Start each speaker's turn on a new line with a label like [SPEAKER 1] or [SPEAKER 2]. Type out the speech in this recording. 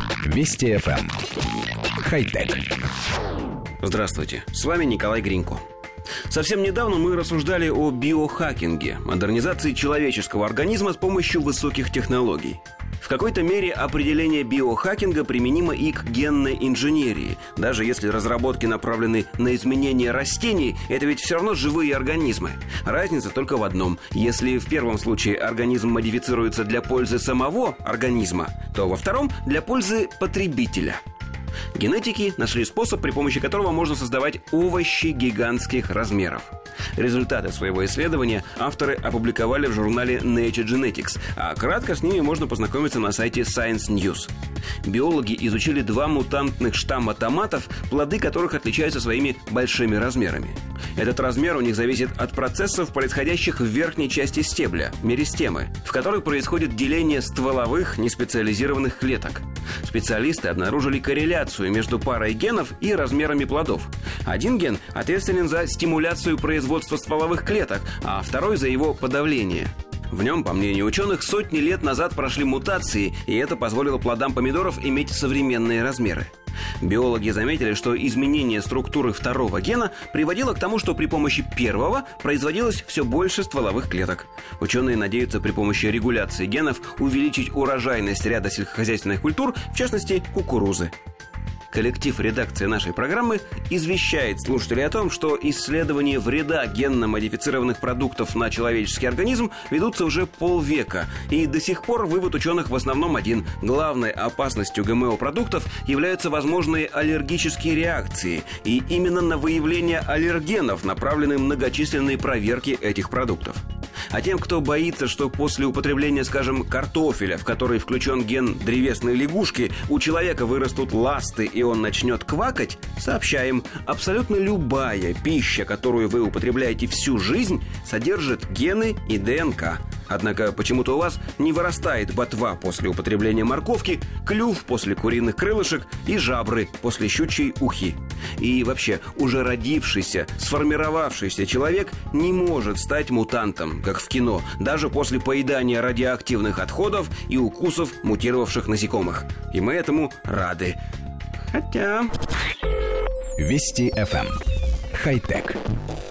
[SPEAKER 1] Вести ФМ. Хай-тек.
[SPEAKER 2] Здравствуйте, с вами Николай Гринько. Совсем недавно мы рассуждали о биохакинге, модернизации человеческого организма с помощью высоких технологий. В какой-то мере определение биохакинга применимо и к генной инженерии. Даже если разработки направлены на изменение растений, это ведь все равно живые организмы. Разница только в одном. Если в первом случае организм модифицируется для пользы самого организма, то во втором – для пользы потребителя. Генетики нашли способ, при помощи которого можно создавать овощи гигантских размеров. Результаты своего исследования авторы опубликовали в журнале Nature Genetics, а кратко с ними можно познакомиться на сайте Science News. Биологи изучили 2 мутантных штамма томатов, плоды которых отличаются своими большими размерами. Этот размер у них зависит от процессов, происходящих в верхней части стебля, меристемы, в которой происходит деление стволовых неспециализированных клеток. Специалисты обнаружили корреляцию между парой генов и размерами плодов. Один ген ответственен за стимуляцию производства стволовых клеток, а второй за его подавление. В нем, по мнению ученых, сотни лет назад прошли мутации, и это позволило плодам помидоров иметь современные размеры. Биологи заметили, что изменение структуры второго гена приводило к тому, что при помощи первого производилось все больше стволовых клеток. Ученые надеются при помощи регуляции генов увеличить урожайность ряда сельскохозяйственных культур, в частности, кукурузы. Коллектив редакции нашей программы извещает слушателей о том, что исследования вреда генно-модифицированных продуктов на человеческий организм ведутся уже полвека. И до сих пор вывод ученых в основном один. Главной опасностью ГМО-продуктов являются возможные аллергические реакции. И именно на выявление аллергенов направлены многочисленные проверки этих продуктов. А тем, кто боится, что после употребления, скажем, картофеля, в который включен ген древесной лягушки, у человека вырастут ласты и он начнет квакать, сообщаем, абсолютно любая пища, которую вы употребляете всю жизнь, содержит гены и ДНК. Однако почему-то у вас не вырастает ботва после употребления морковки, клюв после куриных крылышек и жабры после щучьей ухи. И вообще, уже родившийся, сформировавшийся человек не может стать мутантом, как в кино, даже после поедания радиоактивных отходов и укусов мутировавших насекомых. И мы этому рады. Хотя...
[SPEAKER 1] Вести ФМ. Хай-тек.